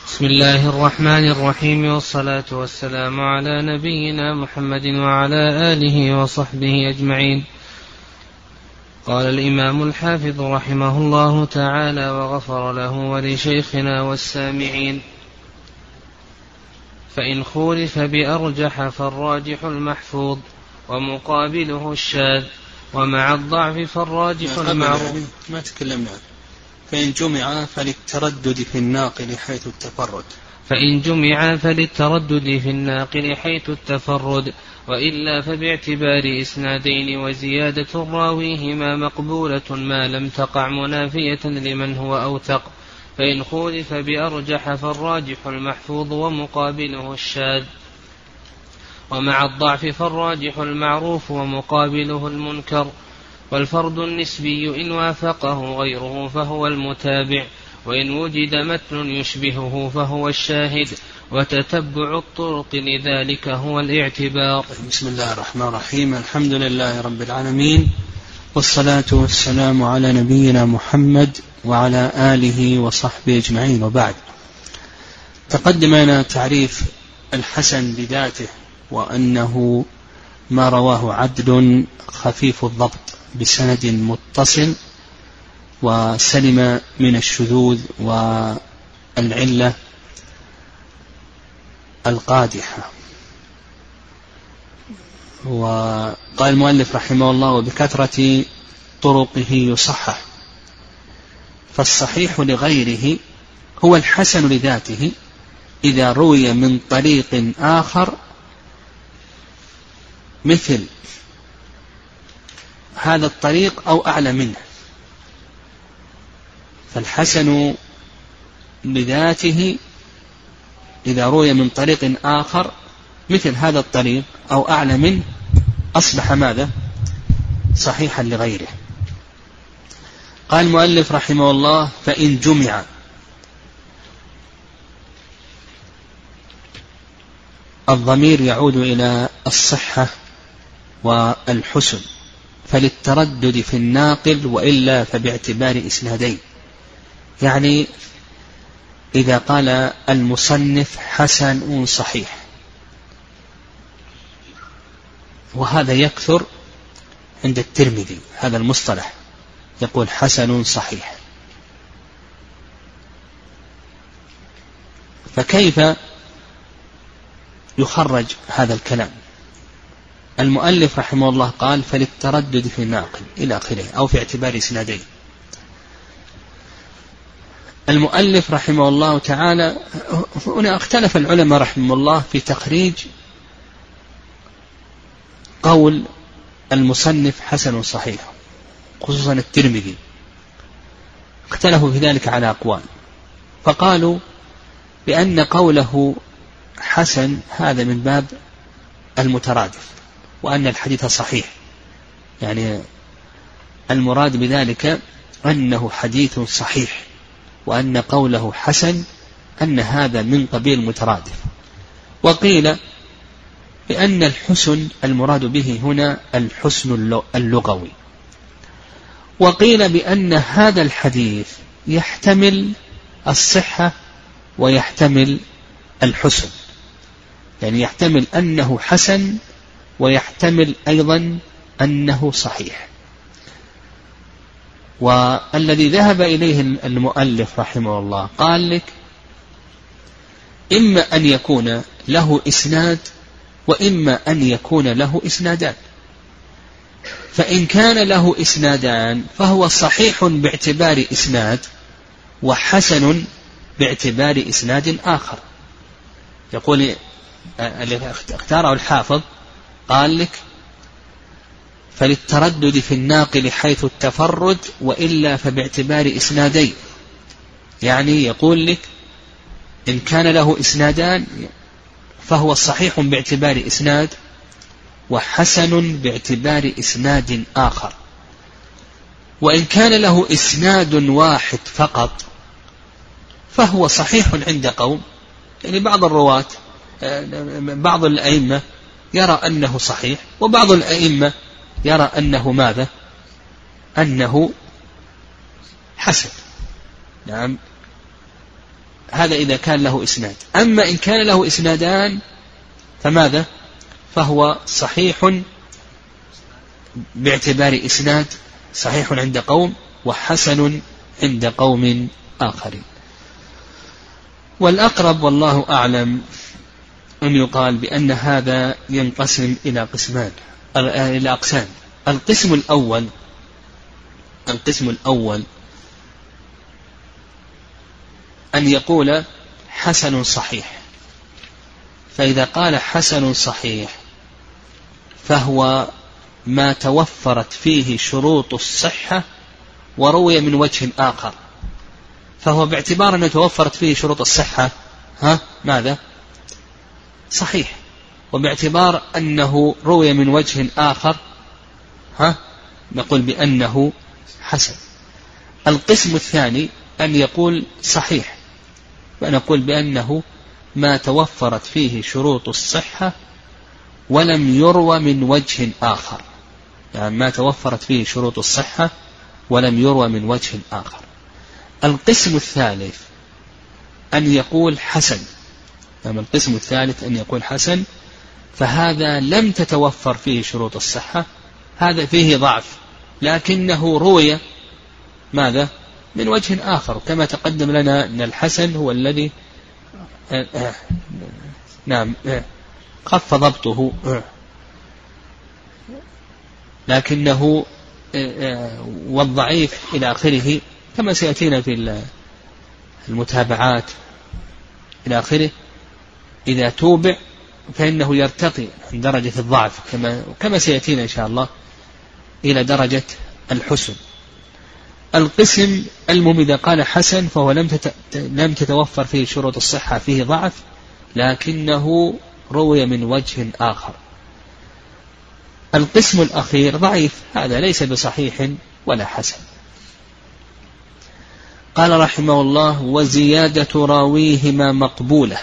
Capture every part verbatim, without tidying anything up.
بسم الله الرحمن الرحيم، والصلاة والسلام على نبينا محمد وعلى آله وصحبه أجمعين. قال الإمام الحافظ رحمه الله تعالى وغفر له ولشيخنا والسامعين: فإن خولف بأرجح فالراجح المحفوظ ومقابله الشاذ، ومع الضعف فالراجح المعروف. ما تكلمنا. فإن جمع فللتردد في الناقل حيث التفرد فإن جمع فللتردد في الناقل حيث التفرد، وإلا فباعتبار إسنادين وزيادة راويهما مقبولة ما لم تقع منافية لمن هو أوثق. فإن خولف بأرجح فالراجح المحفوظ ومقابله الشاذ، ومع الضعف فالراجح المعروف ومقابله المنكر. والفرد النسبي إن وافقه غيره فهو المتابع، وإن وجد متن يشبهه فهو الشاهد، وتتبع الطرق لذلك هو الاعتبار. بسم الله الرحمن الرحيم. الحمد لله رب العالمين، والصلاة والسلام على نبينا محمد وعلى آله وصحبه أجمعين، وبعد. تقدم لنا تعريف الحسن بذاته، وأنه ما رواه عدل خفيف الضبط بسند متصل وسلم من الشذوذ والعلة القادحة. وقال المؤلف رحمه الله: وبكثرة طرقه يصحح. فالصحيح لغيره هو الحسن لذاته إذا روي من طريق آخر مثل هذا الطريق أو أعلى منه. فالحسن لذاته إذا روي من طريق آخر مثل هذا الطريق أو أعلى منه أصبح ماذا؟ صحيحا لغيره. قال المؤلف رحمه الله: فإن جمع. الضمير يعود إلى الصحة والحسن، فللتردد في الناقل، وإلا فباعتبار إسنادين. يعني إذا قال المصنف حسن صحيح، وهذا يكثر عند الترمذي، هذا المصطلح، يقول حسن صحيح. فكيف يخرج هذا الكلام؟ المؤلف رحمه الله قال: فللتردد في الناقل إلى آخره، أو في اعتبار إسنادين. المؤلف رحمه الله تعالى، هنا اختلف العلماء رحمه الله في تخريج قول المصنف حسن صحيح، خصوصا الترمذي، اختلفوا في ذلك على أقوال. فقالوا بأن قوله حسن هذا من باب المترادف، وأن الحديث صحيح، يعني المراد بذلك أنه حديث صحيح، وأن قوله حسن أن هذا من قبيل المترادف. وقيل بأن الحسن المراد به هنا الحسن اللغوي. وقيل بأن هذا الحديث يحتمل الصحة ويحتمل الحسن، يعني يحتمل أنه حسن ويحتمل أيضا أنه صحيح. والذي ذهب إليه المؤلف رحمه الله قال لك: إما أن يكون له إسناد، وإما أن يكون له إسنادان. فإن كان له إسنادان فهو صحيح باعتبار إسناد، وحسن باعتبار إسناد آخر. يقول اللي اختاره الحافظ قال لك: فللتردد في الناقل حيث التفرد، وإلا فباعتبار إسنادين. يعني يقول لك إن كان له إسنادان فهو صحيح باعتبار إسناد، وحسن باعتبار إسناد آخر. وإن كان له إسناد واحد فقط فهو صحيح عند قوم، يعني بعض الرواة، بعض الأئمة يرى أنه صحيح، وبعض الأئمة يرى أنه ماذا؟ أنه حسن. نعم. هذا إذا كان له إسناد. أما إن كان له إسنادان فماذا؟ فهو صحيح باعتبار إسناد، صحيح عند قوم وحسن عند قوم آخرين. والأقرب والله أعلم أن يقال بأن هذا ينقسم إلى قسمان، إلى أقسام. القسم الأول القسم الأول أن يقول حسن صحيح. فإذا قال حسن صحيح فهو ما توفرت فيه شروط الصحة وروي من وجه آخر، فهو باعتبار أنه توفرت فيه شروط الصحة ها ماذا؟ صحيح. وباعتبار أنه روي من وجه آخر ها نقول بأنه حسن. القسم الثاني أن يقول صحيح، ونقول بأنه ما توفرت فيه شروط الصحة ولم يروى من وجه آخر، يعني ما توفرت فيه شروط الصحة ولم يروى من وجه آخر. القسم الثالث أن يقول حسن، يعني القسم الثالث أن يقول حسن، فهذا لم تتوفر فيه شروط الصحة، هذا فيه ضعف لكنه روي ماذا؟ من وجه آخر، كما تقدم لنا أن الحسن هو الذي آه آه نعم آه خف ضبطه آه لكنه آه والضعيف إلى آخره، كما سيأتينا في المتابعات إلى آخره. إذا توبع فإنه يرتقي من درجة الضعف كما, كما سيأتينا إن شاء الله إلى درجة الحسن. القسم المهم إذا قال حسن فهو لم لم تتوفر فيه شروط الصحة، فيه ضعف لكنه روي من وجه آخر. القسم الأخير ضعيف، هذا ليس بصحيح ولا حسن. قال رحمه الله: وزيادة راويهما مقبولة.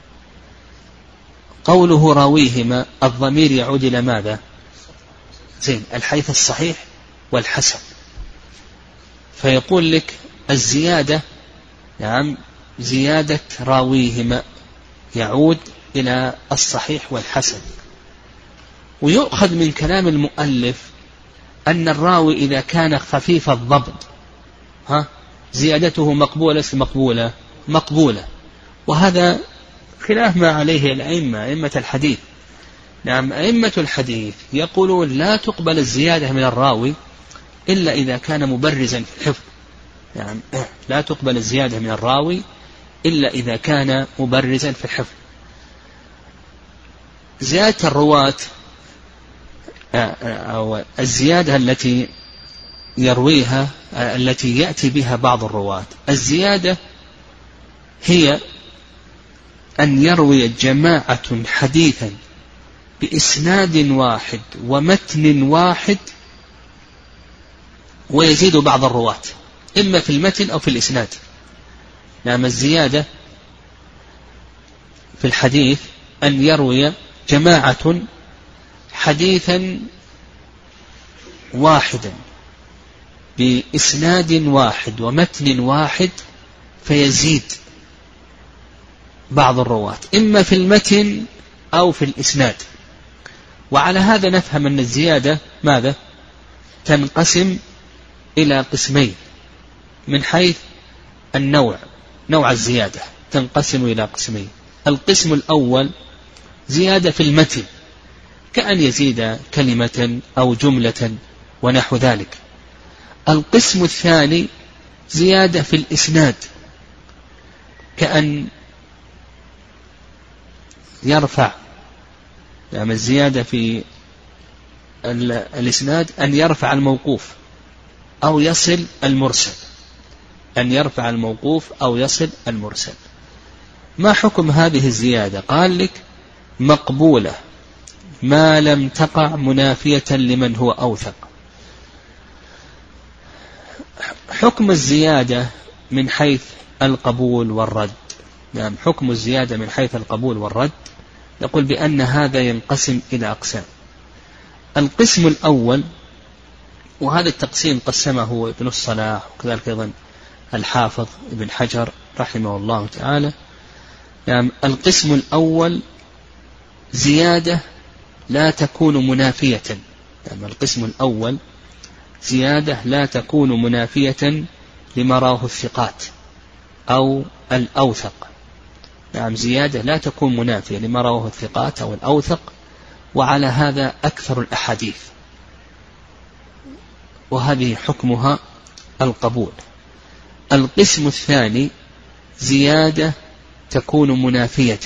قوله راويهما الضمير يعود إلى ماذا؟ زين الحيث الصحيح والحسن. فيقول لك الزيادة نعم زيادة راويهما يعود إلى الصحيح والحسن. ويؤخذ من كلام المؤلف أن الراوي إذا كان خفيف الضبط ها زيادته مقبولة مقبولة مقبولة وهذا خلاف ما عليه الأئمة أئمة الحديث. نعم أئمة الحديث يقولون لا تقبل الزيادة من الراوي إلا إذا كان مبرزا في الحفظ. نعم لا تقبل الزيادة من الراوي إلا إذا كان مبرزا في الحفظ. زيادة الرواة أو الزيادة التي يرويها التي يأتي بها بعض الرواة، الزيادة هي أن يروي جماعة حديثا بإسناد واحد ومتن واحد ويزيد بعض الرواة إما في المتن أو في الإسناد. نعم الزيادة في الحديث أن يروي جماعة حديثا واحدا بإسناد واحد ومتن واحد فيزيد بعض الرواة إما في المتن أو في الإسناد. وعلى هذا نفهم أن الزيادة ماذا؟ تنقسم إلى قسمين من حيث النوع، نوع الزيادة تنقسم إلى قسمين. القسم الأول زيادة في المتن كأن يزيد كلمة أو جملة ونحو ذلك. القسم الثاني زيادة في الإسناد كأن يرفع، يعني الزيادة في الإسناد أن يرفع الموقوف أو يصل المرسل، أن يرفع الموقوف أو يصل المرسل. ما حكم هذه الزيادة؟ قال لك مقبولة ما لم تقع منافية لمن هو أوثق. حكم الزيادة من حيث القبول والرد، نعم حكم الزيادة من حيث القبول والرد نقول بأن هذا ينقسم إلى أقسام. القسم الأول، وهذا التقسيم قسمه ابن الصلاح وكذلك أيضا الحافظ ابن حجر رحمه الله تعالى. يعني القسم الأول زيادة لا تكون منافية، يعني القسم الأول زيادة لا تكون منافية لما رواه الثقات أو الأوثق. نعم زيادة لا تكون منافية لما رواه الثقات أو الأوثق، وعلى هذا أكثر الأحاديث، وهذه حكمها القبول. القسم الثاني زيادة تكون منافية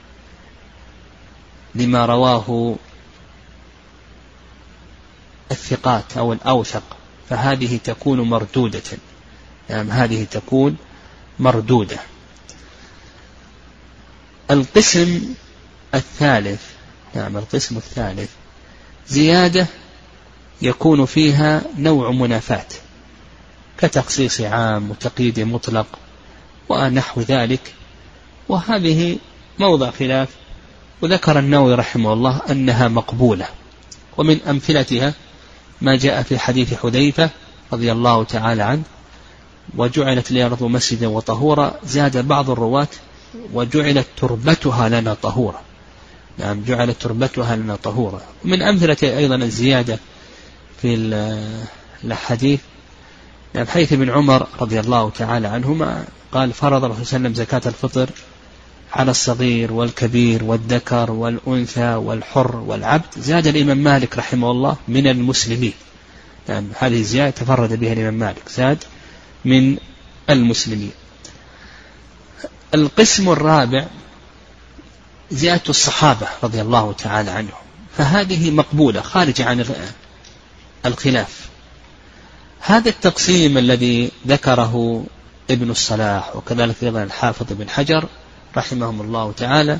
لما رواه الثقات أو الأوثق، فهذه تكون مردودة، يعني هذه تكون مردودة. القسم الثالث يعني القسم الثالث زيادة يكون فيها نوع منافاة كتخصيص عام وتقييد مطلق ونحو ذلك، وهذه موضع خلاف، وذكر النووي رحمه الله أنها مقبولة. ومن أمثلتها ما جاء في حديث حذيفة رضي الله تعالى عنه: وجعلت لي الأرض مسجدا وطهورا، زاد بعض الرواة: وجعلت تربتها لنا طهورا. نعم جعلت تربتها لنا طهورا. ومن أمثلة أيضا الزيادة في الحديث يعني حيث ابن عمر رضي الله تعالى عنهما قال: فرض الرسول صلى الله عليه وسلم زكاة الفطر على الصغير والكبير والذكر والأنثى والحر والعبد. زاد الإمام مالك رحمه الله: من المسلمين. يعني هذه الزيادة تفرد بها الإمام مالك، زاد من المسلمين. القسم الرابع زيادة الصحابة رضي الله تعالى عنهم، فهذه مقبولة خارجة عن الخلاف. هذا التقسيم الذي ذكره ابن الصلاح وكذلك أيضا الحافظ ابن حجر رحمهم الله تعالى،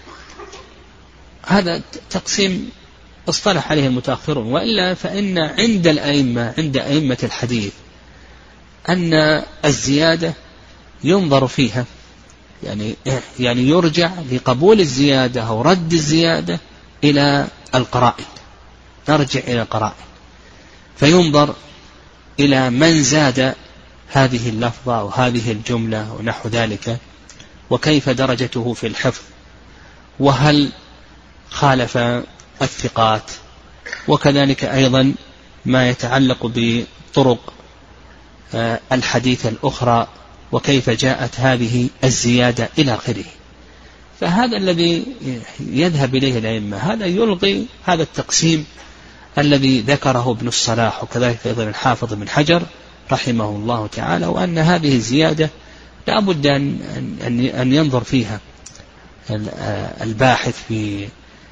هذا تقسيم اصطلح عليه المتأخرون، وإلا فإن عند الأئمة عند أئمة الحديث أن الزيادة ينظر فيها، يعني يعني يرجع لقبول الزيادة أو رد الزيادة إلى القرائن، نرجع إلى القرائن فينظر إلى من زاد هذه اللفظة أو هذه الجملة ونحو ذلك، وكيف درجته في الحفظ، وهل خالف الثقات، وكذلك أيضا ما يتعلق بطرق الحديث الأخرى وكيف جاءت هذه الزيادة إلى آخره. فهذا الذي يذهب إليه الأئمة، هذا يلغي هذا التقسيم الذي ذكره ابن الصلاح وكذلك أيضا الحافظ بن حجر رحمه الله تعالى، وأن هذه الزيادة لا بد أن أن ينظر فيها الباحث في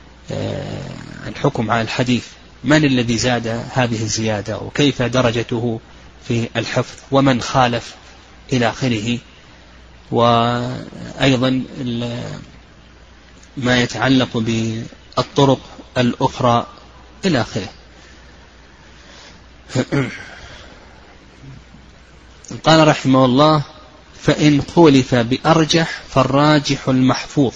الحكم على الحديث، من الذي زاد هذه الزيادة وكيف درجته في الحفظ ومن خالف إلى آخره، وأيضا ما يتعلق بالطرق الأخرى إلى آخره. قال رحمه الله: فإن خولف بأرجح فالراجح المحفوظ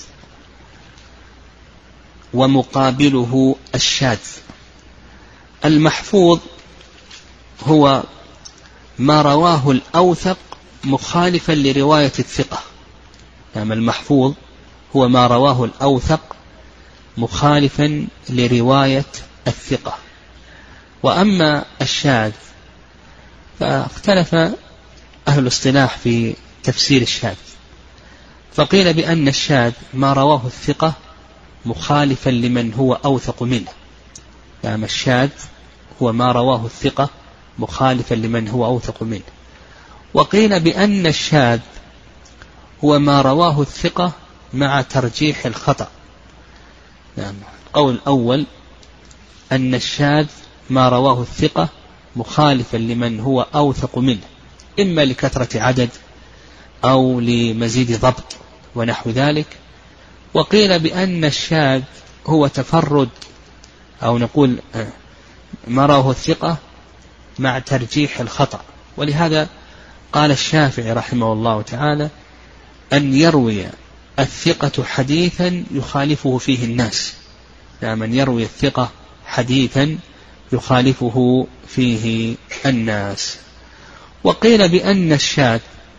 ومقابله الشاذ. المحفوظ هو ما رواه الأوثق مخالفا لرواية الثقة. يعني المحفوظ هو ما رواه الأوثق مخالفا لرواية الثقة. وأما الشاذ فاختلف أهل الاصطلاح في تفسير الشاذ، فقيل بأن الشاذ ما رواه الثقة مخالفا لمن هو أوثق منه. يعني الشاذ هو ما رواه الثقة مخالفا لمن هو أوثق منه. وقيل بأن الشاذ هو ما رواه الثقة مع ترجيح الخطأ. يعني القول الأول أن الشاذ ما رواه الثقة مخالفا لمن هو أوثق منه، إما لكثرة عدد أو لمزيد ضبط ونحو ذلك. وقيل بأن الشاذ هو تفرد أو نقول ما رواه الثقة مع ترجيح الخطأ. ولهذا قال الشافعي رحمه الله تعالى: أن يروي الثقة حديثا يخالفه فيه الناس. يعني من يروي الثقة حديثا يخالفه فيه الناس. وقيل بأن الشاذ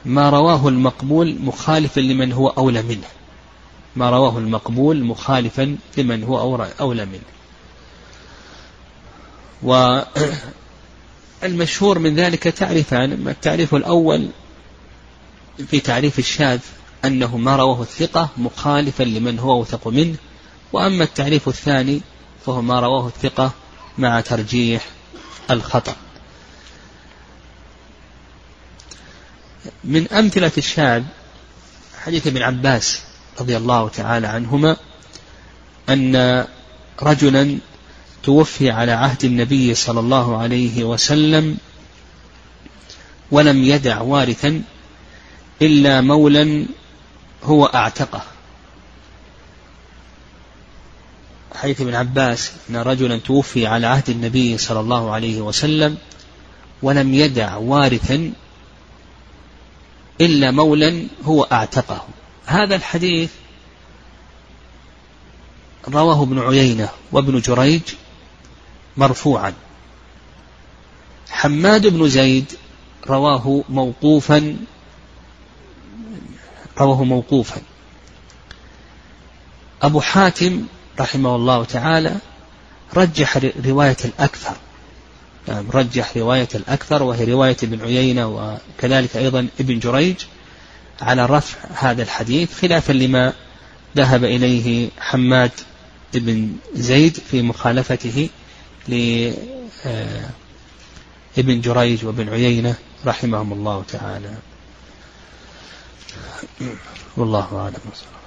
ما رواه المقبول مخالفا لمن هو أولى منه، ما رواه المقبول مخالفا لمن هو أولى منه. والمشهور من ذلك تعريفان: التعريف الأول في تعريف الشاذ أنه ما رواه الثقة مخالفا لمن هو أوثق منه، وأما التعريف الثاني فهو ما رواه الثقة مع ترجيح الخطأ. من أمثلة الشاذ حديث ابن عباس رضي الله تعالى عنهما أن رجلا توفي على عهد النبي صلى الله عليه وسلم ولم يدع وارثا إلا مولا هو أعتقه. حديث ابن عباس أن رجلا توفي على عهد النبي صلى الله عليه وسلم ولم يدع وارثا إلا مولا هو أعتقه. هذا الحديث رواه ابن عيينة وابن جريج مرفوعا. حماد بن زيد رواه موقوفا رواه موقوفا. أبو حاتم رحمه الله تعالى رجح رواية الأكثر، يعني رجح رواية الأكثر وهي رواية ابن عيينة وكذلك أيضا ابن جريج على رفع هذا الحديث، خلافا لما ذهب إليه حماد بن زيد في مخالفته لابن جريج وابن عيينة رحمهم الله تعالى. والله أعلم.